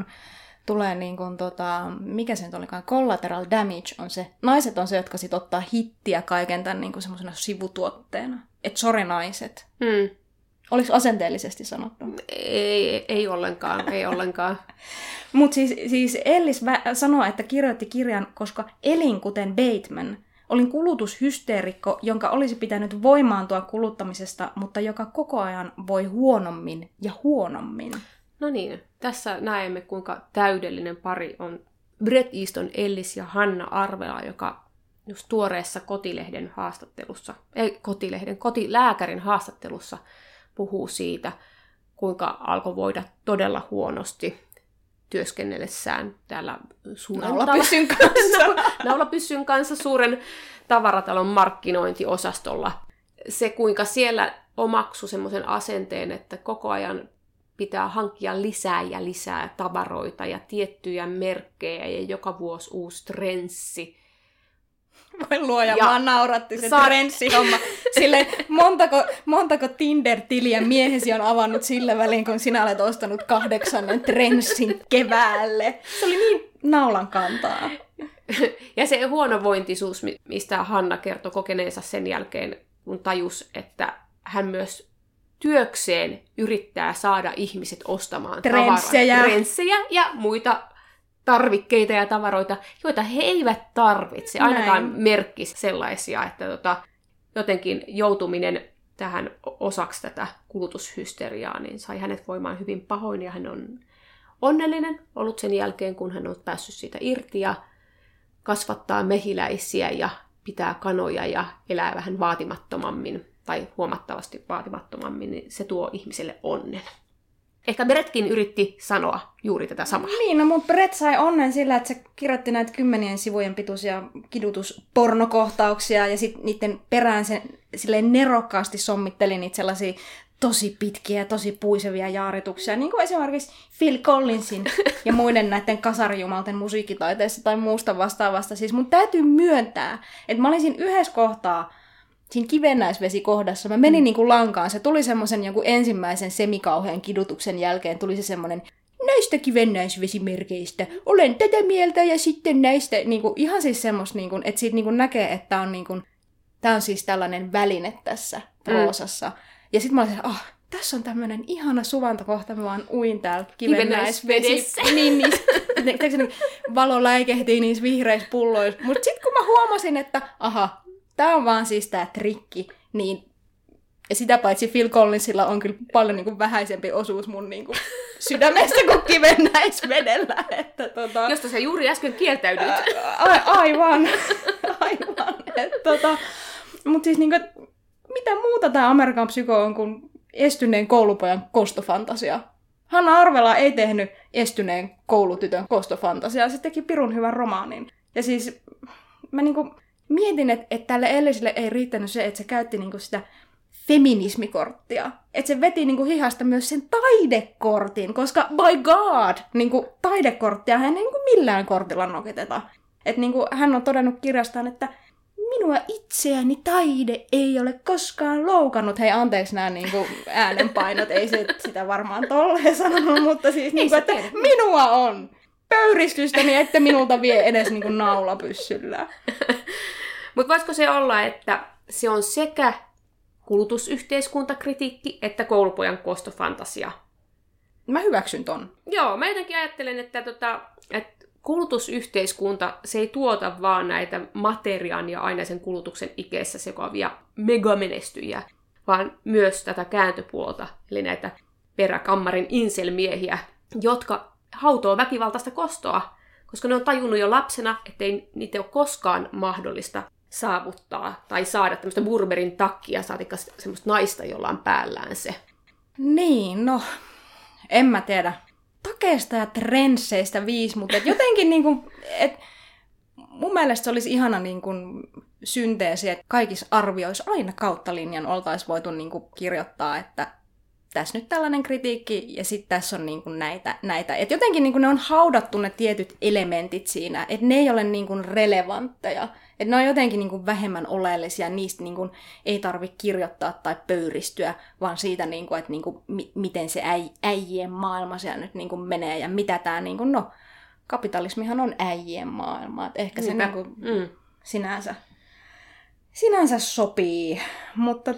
mikä se nyt olikaan, collateral damage on se. Naiset on se, jotka sit ottaa hittiä kaiken tämän niin semmoisena sivutuotteena. Että sori naiset. Oliko asenteellisesti sanottu? Ei ollenkaan. Mutta siis Ellis sanoo, että kirjoitti kirjan, koska elin kuten Bateman. Olin kulutushysteerikko, jonka olisi pitänyt voimaantua kuluttamisesta, mutta joka koko ajan voi huonommin ja huonommin. No niin, tässä näemme, kuinka täydellinen pari on Bret Easton Ellis ja Hanna Arvela, joka just tuoreessa kotilääkärin haastattelussa puhuu siitä, kuinka alkoi voida todella huonosti työskennellessään täällä suuren naulapyssyn kanssa suuren tavaratalon markkinointiosastolla. Se, kuinka siellä omaksui semmoisen asenteen, että koko ajan pitää hankkia lisää ja lisää tavaroita ja tiettyjä merkkejä ja joka vuosi uusi trenssi. Voi luoja, vaan nauratti se trenssihomma. Silleen, montako Tinder-tiliä miehesi on avannut sillä välin, kun sinä olet ostanut 8. trenssin keväälle. Se oli niin naulan kantaa. Ja se huonovointisuus, mistä Hanna kertoi kokeneensa sen jälkeen, kun tajus, että hän myös työkseen yrittää saada ihmiset ostamaan trenssejä ja muita tarvikkeita ja tavaroita, joita he eivät tarvitse. Ainakaan merkkisi sellaisia, että jotenkin joutuminen tähän osaksi tätä kulutushysteriaa niin sai hänet voimaan hyvin pahoin, ja hän on onnellinen ollut sen jälkeen, kun hän on päässyt siitä irti ja kasvattaa mehiläisiä ja pitää kanoja ja elää vähän vaatimattomammin tai huomattavasti vaatimattomammin, niin se tuo ihmiselle onnen. Ehkä Bretkin yritti sanoa juuri tätä samaa. Niin, no, mutta Bret sai onnen sillä, että se kirjoitti näitä 10 sivujen pituisia kidutuspornokohtauksia ja sitten niiden perään se silleen nerokkaasti sommitteli niitä sellaisia tosi pitkiä, tosi puisevia jaarituksia, niin kuin esimerkiksi Phil Collinsin ja muiden näiden kasarijumalten musiikkitaiteessa tai muusta vastaavasta. Siis mun täytyy myöntää, että mä olisin yhdessä kohtaa siinä kivennäisvesikohdassa, mä menin niin kuin lankaan, se tuli semmoisen jonkun ensimmäisen semikauhean kidutuksen jälkeen, tuli se semmoinen, näistä kivennäisvesimerkeistä olen tätä mieltä, ja sitten näistä, niin kuin, ihan siis semmoista, niin kuin, että siitä niin kuin näkee, että tää on, niin kuin, tää on siis tällainen väline tässä proosassa. Ja sitten mä olin tässä on tämmöinen ihana suvantokohta, mä vaan uin täällä kivennäisvedessä. Niin, valo läikehtii niissä vihreissä pulloissa. Mutta sitten kun mä huomasin, että tää on vaan siis tää trikki, niin ja sitä paitsi Phil Collinsilla on kyllä paljon niin kuin vähäisempi osuus mun niin kuin sydämessä kuin kivennäisvedellä. Josta sä juuri äsken kieltäydyt. Aivan. Mutta siis niin kuin, mitä muuta tää Amerikan psyko on kuin estyneen koulupojan kostofantasia? Hanna Arvela ei tehnyt estyneen koulutytön kostofantasiaa, se teki pirun hyvän romaanin. Ja siis mä niinku mietin, että tälle Ellisille ei riittänyt se, että se käytti niinku sitä feminismikorttia. Että se veti niinku hihasta myös sen taidekortin, koska by god, niinku taidekorttia hän ei niinku millään kortilla nokiteta. Että niinku hän on todennut kirjastaan, että minua itseäni taide ei ole koskaan loukannut. Hei, anteeksi nämä niinku äänenpainot, ei se sitä varmaan tolleen sanonut, mutta siis niinku, että minua on. Pöyristystäni ette minulta vie edes niinku naulapyssyllä. Mutta voisiko se olla, että se on sekä kulutusyhteiskuntakritiikki että koulupojan kostofantasia? Mä hyväksyn ton. Joo, mä jotenkin ajattelen, että kulutusyhteiskunta, se ei tuota vaan näitä materiaan ja ainaisen kulutuksen ikeessä sekoavia megamenestyjiä, vaan myös tätä kääntöpuolta, eli näitä peräkammarin inselmiehiä, jotka hautoo väkivaltaista kostoa, koska ne on tajunnut jo lapsena, ettei niitä ole koskaan mahdollista saavuttaa tai saada tämmöistä Burberryn takkia, saatikka semmoista naista, jolla on päällään se. Niin, no, en mä tiedä. Takeista ja trendseistä 5, mutta jotenkin niinku, mun mielestä se olisi ihana niinku synteesi, että kaikissa arvioissa aina kautta linjan oltaisiin voitu niinku kirjoittaa, että tässä nyt tällainen kritiikki ja sitten tässä on niinku näitä. Et jotenkin niinku ne on haudattu ne tietyt elementit siinä, että ne ei ole niinku relevantteja. Että ne on jotenkin niinku vähemmän oleellisia, niistä niinku ei tarvitse kirjoittaa tai pöyristyä, vaan siitä, niinku, että niinku, miten se äijien maailma siellä nyt niinku menee ja mitä tämä, niinku, no kapitalismihan on äijien maailma, että ehkä se niinku, sinänsä sopii. Mutta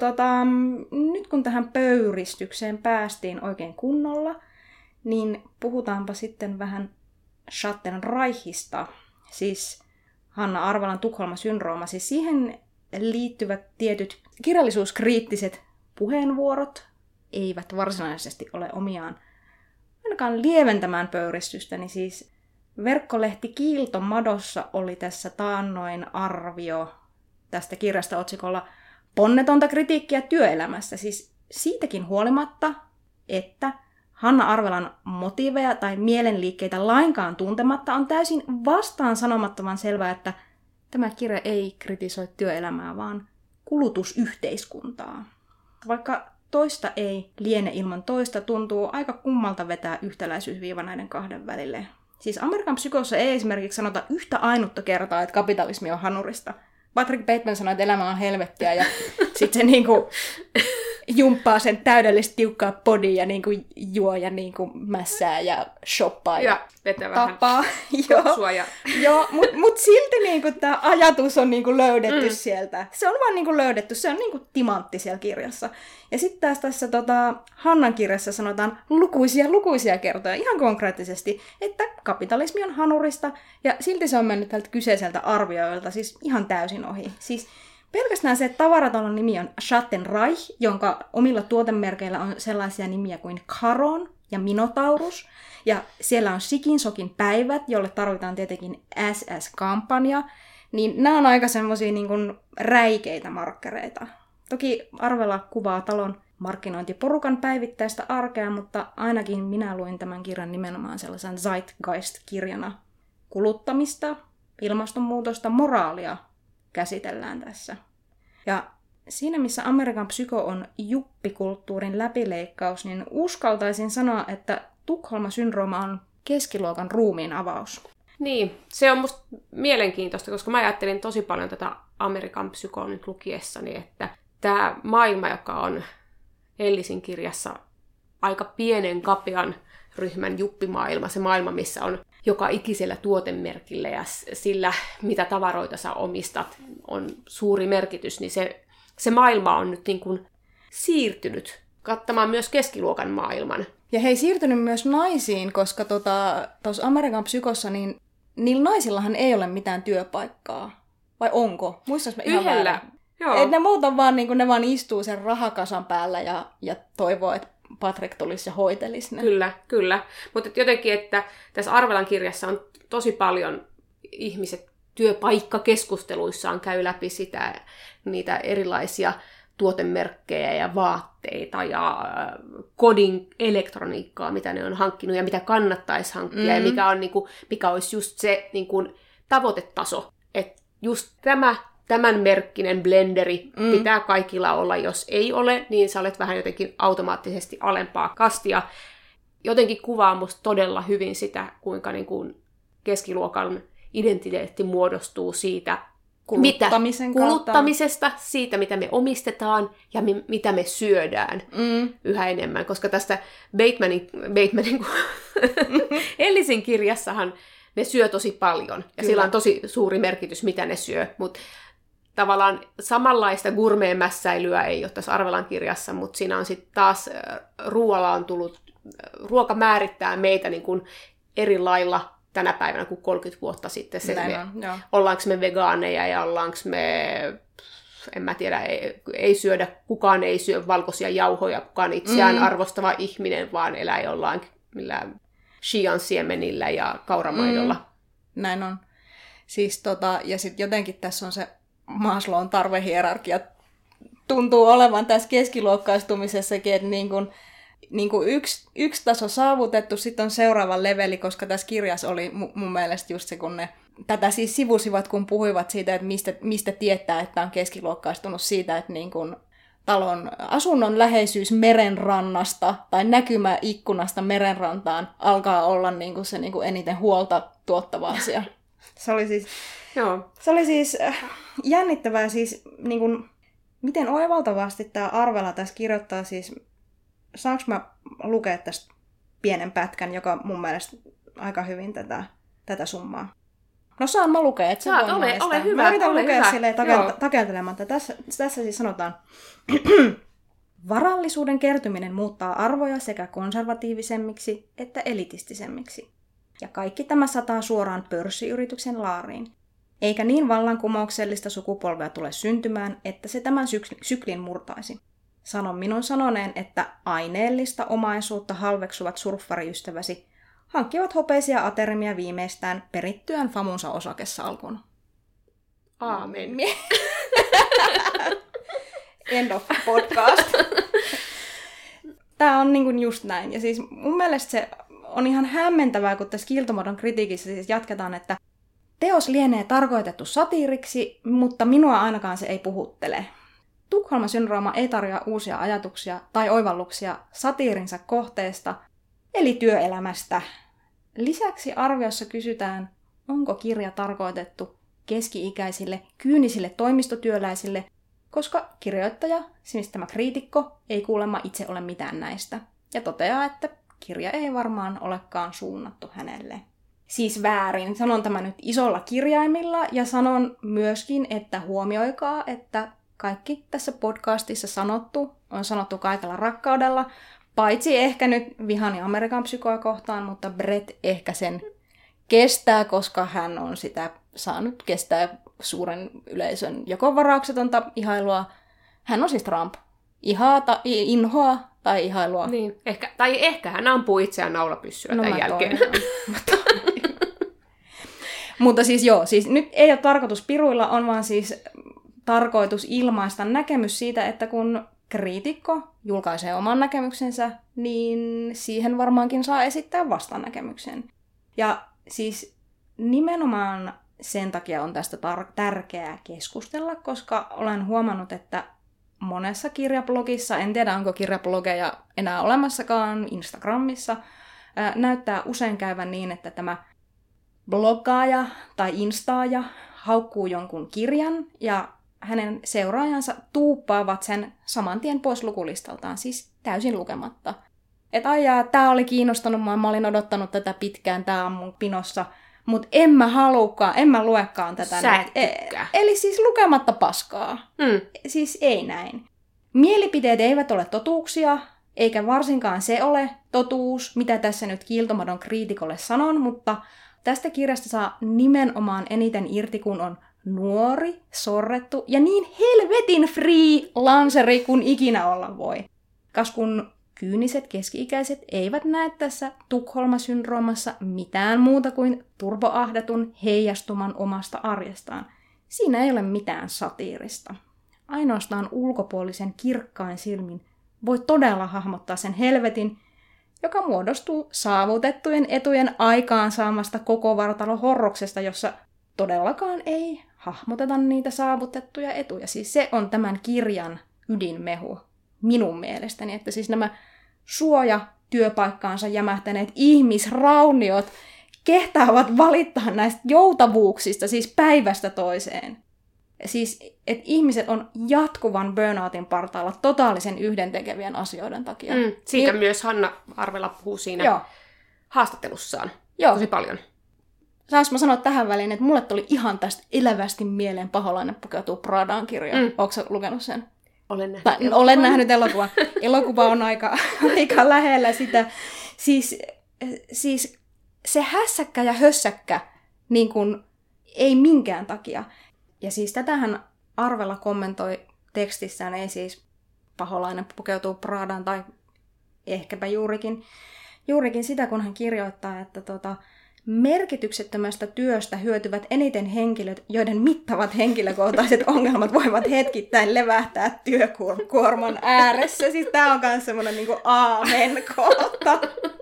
nyt kun tähän pöyristykseen päästiin oikein kunnolla, niin puhutaanpa sitten vähän Schattenreichista, siis Hanna Arvelan Tukholma-syndrooma, siis siihen liittyvät tietyt kirjallisuuskriittiset puheenvuorot eivät varsinaisesti ole omiaan ainakaan lieventämään pöyristystä, niin siis verkkolehti Kiilto Madossa oli tässä taannoin arvio tästä kirjasta otsikolla Ponnetonta kritiikkiä työelämässä, siis siitäkin huolimatta, että Hanna Arvelan motiiveja tai mielenliikkeitä lainkaan tuntematta on täysin vastaan sanomattoman selvää, että tämä kirja ei kritisoi työelämää, vaan kulutusyhteiskuntaa. Vaikka toista ei liene ilman toista, tuntuu aika kummalta vetää yhtäläisyysviiva näiden kahden välille. Siis Amerikan psykossa ei esimerkiksi sanota yhtä ainutta kertaa, että kapitalismi on hanurista. Patrick Bateman sanoi, että elämä on helvettiä ja sitten se niinku jumppaa sen täydellistä tiukkaa podia ja niinku juo ja niinku mässää ja shoppaa ja tapaa. Joo, mut silti niinku tämä ajatus on niinku löydetty sieltä. Se on vaan niinku löydetty, se on niinku timantti siellä kirjassa. Ja sitten tässä Hannan kirjassa sanotaan lukuisia kertoja ihan konkreettisesti, että kapitalismi on hanurista ja silti se on mennyt tältä kyseiseltä arvioilta siis ihan täysin ohi. Siis pelkästään se, että tavaratalon nimi on Schattenreich, jonka omilla tuotemerkeillä on sellaisia nimiä kuin Caron ja Minotaurus. Ja siellä on Sikinsokin päivät, jolle tarvitaan tietenkin SS-kampanja. Niin nämä on aika semmosia niin kuin räikeitä markkereita. Toki Arvela kuvaa talon markkinointiporukan päivittäistä arkea, mutta ainakin minä luin tämän kirjan nimenomaan sellaisen Zeitgeist-kirjana. Kuluttamista, ilmastonmuutosta, moraalia käsitellään tässä. Ja siinä, missä Amerikan psyko on juppikulttuurin läpileikkaus, niin uskaltaisin sanoa, että Tukholma-syndrooma on keskiluokan ruumiin avaus. Niin, se on musta mielenkiintoista, koska mä ajattelin tosi paljon tätä Amerikan psykoa nyt lukiessani, että tämä maailma, joka on Ellisin kirjassa aika pienen kapean ryhmän juppimaailma, se maailma, missä on joka ikisellä tuotemerkillä ja sillä, mitä tavaroita sä omistat, on suuri merkitys, niin se maailma on nyt niin kuin siirtynyt kattamaan myös keskiluokan maailman. Ja he ei siirtynyt myös naisiin, koska tuossa Amerikan psykossa, niin niillä naisillahan ei ole mitään työpaikkaa. Vai onko? Muistaaks mä ihan yhdellä, väärin? joo. Et ne muut on vaan, niin ne vaan istuu sen rahakasan päällä ja toivoo, että Patrick tulisi ja hoitelisi ne. Kyllä. Mutta jotenkin, että tässä Arvelan kirjassa on tosi paljon ihmiset työpaikkakeskusteluissaan käy läpi niitä erilaisia tuotemerkkejä ja vaatteita ja kodin elektroniikkaa, mitä ne on hankkinut ja mitä kannattaisi hankkia ja mikä olisi just se niin kuin tavoitetaso. Että just tämän merkkinen blenderi pitää kaikilla olla. Jos ei ole, niin sä olet vähän jotenkin automaattisesti alempaa kastia. Jotenkin kuvaa musta todella hyvin sitä, kuinka niin kuin keskiluokan identiteetti muodostuu siitä kuluttamisesta, siitä mitä me omistetaan ja mitä me syödään yhä enemmän. Koska tästä Batemanin Ellisin kirjassahan ne syö tosi paljon. Ja sillä on tosi suuri merkitys, mitä ne syö. Mutta tavallaan samanlaista gourmet-mässäilyä ei ole tässä Arvelan kirjassa, mutta siinä on sitten taas ruoka määrittää meitä niin kuin eri lailla tänä päivänä kuin 30 vuotta sitten. Ollaanko me vegaaneja ja ollaanko me, en mä tiedä, kukaan ei syö valkoisia jauhoja, kukaan itseään arvostava ihminen, vaan elää jollain millään shian siemenillä ja kauramaidolla. Näin on. Siis ja sitten jotenkin tässä on se Maslown tarvehierarkia tuntuu olevan tässä keskiluokkaistumisessakin, että niin kuin yksi taso saavutettu, sitten on seuraava leveli, koska tässä kirjassa oli mun mielestä just se, kun ne tätä siis sivusivat, kun puhuivat siitä, että mistä tietää, että on keskiluokkaistunut siitä, että niin kuin asunnon läheisyys merenrannasta tai näkymä ikkunasta merenrantaan alkaa olla niin kuin se niin kuin eniten huolta tuottava asia. Se oli siis jännittävää, siis niin kuin, miten oivaltavasti tämä Arvela tässä kirjoittaa. Siis, saanko mä lukea tästä pienen pätkän, joka mun mielestä aika hyvin tätä summaa? No saan mä lukea, että se voi ole hyvä. Mä yritän lukea silleen takeltelematta. Tässä siis sanotaan, varallisuuden kertyminen muuttaa arvoja sekä konservatiivisemmiksi että elitistisemmiksi. Ja kaikki tämä sataa suoraan pörssiyrityksen laariin. Eikä niin vallankumouksellista sukupolvea tule syntymään, että se tämän syklin murtaisi. Sano minun sanoneen, että aineellista omaisuutta halveksuvat surffariystäväsi hankkivat hopeisia aterimia viimeistään perittyään famunsa osakesalkun. Aamen. End of podcast. Tämä on niin kuin just näin. Ja siis mun mielestä se on ihan hämmentävää, kun tässä Kiiltomodon kritiikissä siis jatketaan, että teos lienee tarkoitettu satiiriksi, mutta minua ainakaan se ei puhuttele. Tukholma-syndrooma ei tarjoa uusia ajatuksia tai oivalluksia satiirinsa kohteesta, eli työelämästä. Lisäksi arviossa kysytään, onko kirja tarkoitettu keski-ikäisille, kyynisille toimistotyöläisille, koska kirjoittaja, siis tämä kriitikko, ei kuulemma itse ole mitään näistä. Ja toteaa, että kirja ei varmaan olekaan suunnattu hänelle. Siis väärin. Sanon tämä nyt isolla kirjaimilla ja sanon myöskin, että huomioikaa, että kaikki tässä podcastissa sanottu on sanottu kaikella rakkaudella, paitsi ehkä nyt vihani Amerikan psykoa kohtaan, mutta Brett ehkä sen kestää, koska hän on sitä saanut kestää suuren yleisön joko varauksetonta ihailua. Hän on siis Trump. Inhoa tai ihailua. Niin, ehkä hän ampuu itseään naulapyssyä tämän jälkeen. Mutta siis joo, siis nyt ei ole tarkoitus piruilla, on vaan siis tarkoitus ilmaista näkemys siitä, että kun kriitikko julkaisee oman näkemyksensä, niin siihen varmaankin saa esittää vastanäkemyksen. Ja siis nimenomaan sen takia on tästä tärkeää keskustella, koska olen huomannut, että monessa kirjablogissa, en tiedä onko kirjablogeja enää olemassakaan, Instagramissa, näyttää usein käyvän niin, että tämä bloggaaja tai instaaja haukkuu jonkun kirjan ja hänen seuraajansa tuuppaavat sen saman tien pois lukulistaltaan, siis täysin lukematta. Että aijaa, tää oli kiinnostanut mua, mä olin odottanut tätä pitkään, tää on mun pinossa, mutta en mä luekaan tätä. Sä et tykkää. Eli siis lukematta paskaa. Siis ei näin. Mielipiteet eivät ole totuuksia, eikä varsinkaan se ole totuus, mitä tässä nyt Kiiltomodon kriitikolle sanon, mutta tästä kirjasta saa nimenomaan eniten irti, kun on nuori, sorrettu ja niin helvetin freelanceri kuin ikinä olla voi. Kas kun kyyniset keski-ikäiset eivät näe tässä Tukholma-syndroomassa mitään muuta kuin turboahdetun heijastuman omasta arjestaan. Siinä ei ole mitään satiirista. Ainoastaan ulkopuolisen kirkkain silmin voi todella hahmottaa sen helvetin, joka muodostuu saavutettujen etujen aikaansaamasta koko vartalo horroksesta, jossa todellakaan ei hahmoteta niitä saavutettuja etuja. Siis se on tämän kirjan ydinmehu minun mielestäni, että siis nämä suojatyöpaikkaansa jämähtäneet ihmisrauniot kehtaavat valittaa näistä joutavuuksista siis päivästä toiseen. Siis, että ihmiset on jatkuvan burnoutin partaalla totaalisen yhdentekevien asioiden takia. Siitä myös Hanna Arvela puhuu siinä haastattelussaan tosi paljon. Saanko mä sanoa tähän väliin, että mulle tuli ihan tästä elävästi mieleen Paholainen pukeutuu Pradaan -kirja. Ootko sä lukenut sen? Olen nähnyt elokuvan. Elokuva on aika lähellä sitä. Siis se hässäkkä ja hössäkkä niin kun, ei minkään takia. Ja siis tätähän Arvela kommentoi tekstissään, ei siis Paholainen pukeutuu Pradaan, tai ehkäpä juurikin sitä, kun hän kirjoittaa, että merkityksettömästä työstä hyötyvät eniten henkilöt, joiden mittavat henkilökohtaiset ongelmat voivat hetkittäin levähtää työkuorman ääressä. Siis tää on myös semmoinen niinku aamen-kohta.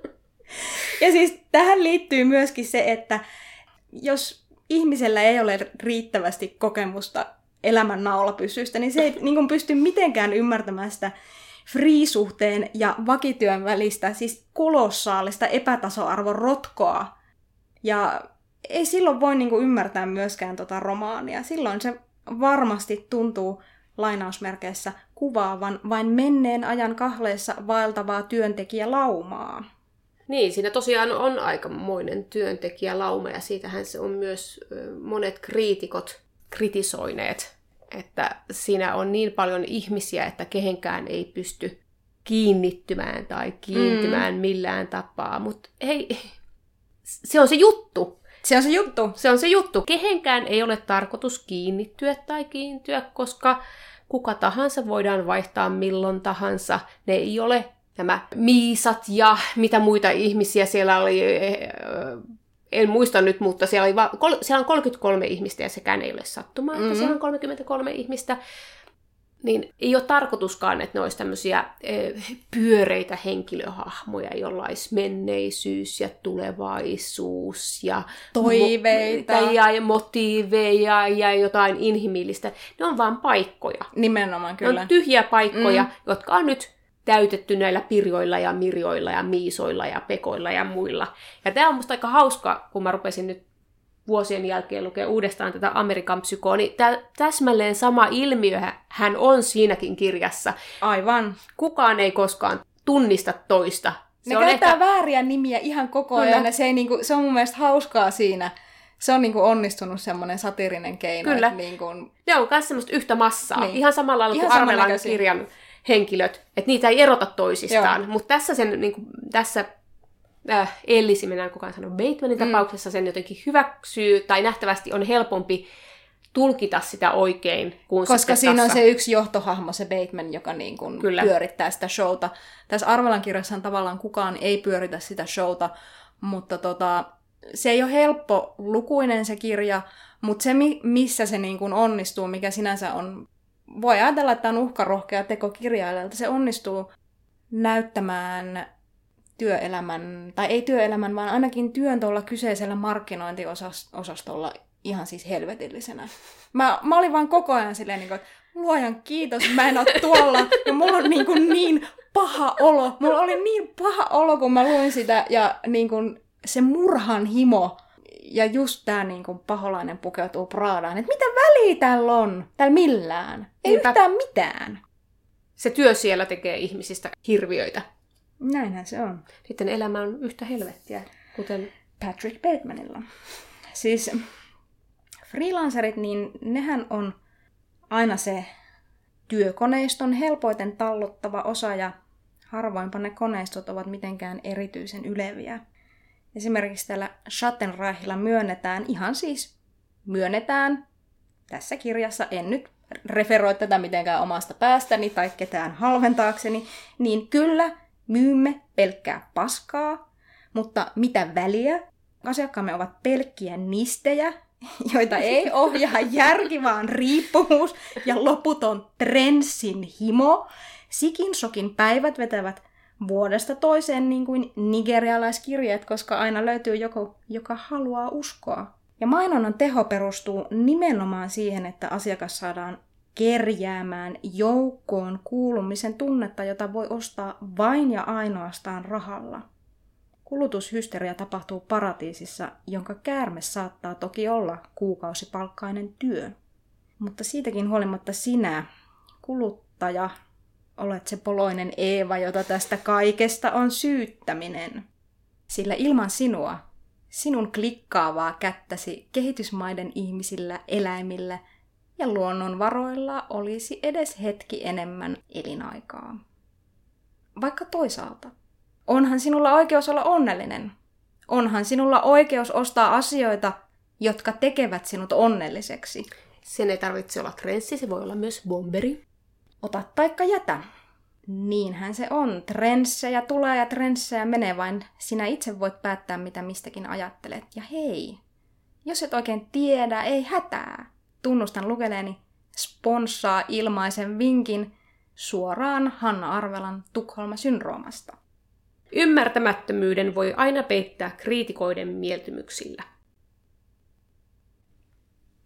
Ja siis tähän liittyy myöskin se, että jos ihmisellä ei ole riittävästi kokemusta elämän naulapyssystä, niin se ei niin kuin pysty mitenkään ymmärtämään sitä free-suhteen ja vakityön välistä, siis kolossaalista epätasa-arvon rotkoa. Ja ei silloin voi niin kuin ymmärtää myöskään romaania. Silloin se varmasti tuntuu lainausmerkeissä kuvaavan vain menneen ajan kahleessa vaeltavaa työntekijälaumaa. Niin, siinä tosiaan on aikamoinen työntekijälauma, ja siitähän se on myös monet kriitikot kritisoineet, että siinä on niin paljon ihmisiä, että kehenkään ei pysty kiinnittymään tai kiintymään millään tapaa, mutta ei, se on se juttu. Se on se juttu. Se on se juttu. Kehenkään ei ole tarkoitus kiinnittyä tai kiintyä, koska kuka tahansa voidaan vaihtaa milloin tahansa. Ne ei ole nämä miisat ja mitä muita ihmisiä siellä oli, en muista nyt, mutta siellä on 33 ihmistä ja sekään ei ole sattumaa, että siellä on 33 ihmistä. Niin ei ole tarkoituskaan, että ne olisi tämmöisiä pyöreitä henkilöhahmoja, joilla olisi menneisyys ja tulevaisuus ja toiveita ja motiiveja ja jotain inhimillistä. Ne on vaan paikkoja. Nimenomaan, kyllä. Ne on tyhjiä paikkoja, jotka on nyt täytetty näillä Pirjoilla ja Mirjoilla ja Miisoilla ja Pekoilla ja muilla. Ja tämä on musta aika hauska, kun mä rupesin nyt vuosien jälkeen lukea uudestaan tätä Amerikan psykoa, niin täsmälleen sama ilmiö hän on siinäkin kirjassa. Aivan. Kukaan ei koskaan tunnista toista. Ne käyttää vääriä nimiä ihan koko ajan, ja se on mun mielestä hauskaa siinä. Se on onnistunut semmoinen satiirinen keino. Kyllä. Että ne on myös semmoista yhtä massaa. Niin. Ihan samalla lailla kuin Arvelan kirjan henkilöt. Että niitä ei erota toisistaan. Mutta tässä tässä Ellisi, mennään kukaan sanoa Batemanin tapauksessa, sen jotenkin hyväksyy, tai nähtävästi on helpompi tulkita sitä oikein kuin koska siinä on se yksi johtohahmo, se Bateman, joka pyörittää sitä showta. Tässä Arvelan kirjassahan tavallaan kukaan ei pyöritä sitä showta, mutta se ei ole helppo lukuinen se kirja, mutta se, missä se onnistuu, mikä sinänsä on, voi ajatella, että on uhkarohkea teko kirjailijalta, se onnistuu näyttämään työelämän, tai ei työelämän, vaan ainakin työn tuolla kyseisellä markkinointiosastolla ihan siis helvetillisenä. Mä olin vaan koko ajan silleen, että luojan kiitos, mä en ole tuolla, ja mulla on niin paha olo. Mulla oli niin paha olo, kun mä luin sitä, ja se murhan himo, ja just tää Paholainen pukeutuu Pradaan, että mitä väliä täällä on? Täällä millään. Ei yhtään mitään. Se työ siellä tekee ihmisistä hirviöitä. Näinhän se on. Sitten elämä on yhtä helvettiä, kuten Patrick Batemanilla. Siis freelancerit, niin nehän on aina se työkoneiston helpoiten tallottava osa, ja harvoinpa ne koneistot ovat mitenkään erityisen yleviä. Esimerkiksi täällä Schattenreichilla myönnetään, tässä kirjassa en nyt referoi tätä mitenkään omasta päästäni tai ketään halventaakseni, niin kyllä myymme pelkkää paskaa, mutta mitä väliä? Asiakkaamme ovat pelkkiä nistejä, joita ei ohjaa järki, vaan riippuvuus ja loputon trenssin himo. Sikin sokin päivät vetävät vuodesta toiseen niin kuin nigerialaiskirjeet, koska aina löytyy joku, joka haluaa uskoa. Ja mainonnan teho perustuu nimenomaan siihen, että asiakas saadaan kerjäämään joukkoon kuulumisen tunnetta, jota voi ostaa vain ja ainoastaan rahalla. Kulutushysteria tapahtuu paratiisissa, jonka käärme saattaa toki olla kuukausipalkkainen työ. Mutta siitäkin huolimatta sinä, kuluttaja, olet se poloinen Eeva, jota tästä kaikesta on syyttäminen. Sillä ilman sinua, sinun klikkaavaa kättäsi kehitysmaiden ihmisillä, eläimillä ja luonnonvaroilla olisi edes hetki enemmän elinaikaa. Vaikka toisaalta, onhan sinulla oikeus olla onnellinen. Onhan sinulla oikeus ostaa asioita, jotka tekevät sinut onnelliseksi. Sen ei tarvitse olla trenssi, se voi olla myös bomberi. Ota taikka jätä. Niinhän se on. Trenssejä tulee ja trenssejä menee, vain sinä itse voit päättää, mitä mistäkin ajattelet. Ja hei, jos et oikein tiedä, ei hätää. Tunnustan lukeneeni sponssaa ilmaisen vinkin suoraan Hanna Arvelan Tukholma-syndroomasta. Ymmärtämättömyyden voi aina peittää kriitikoiden mieltymyksillä.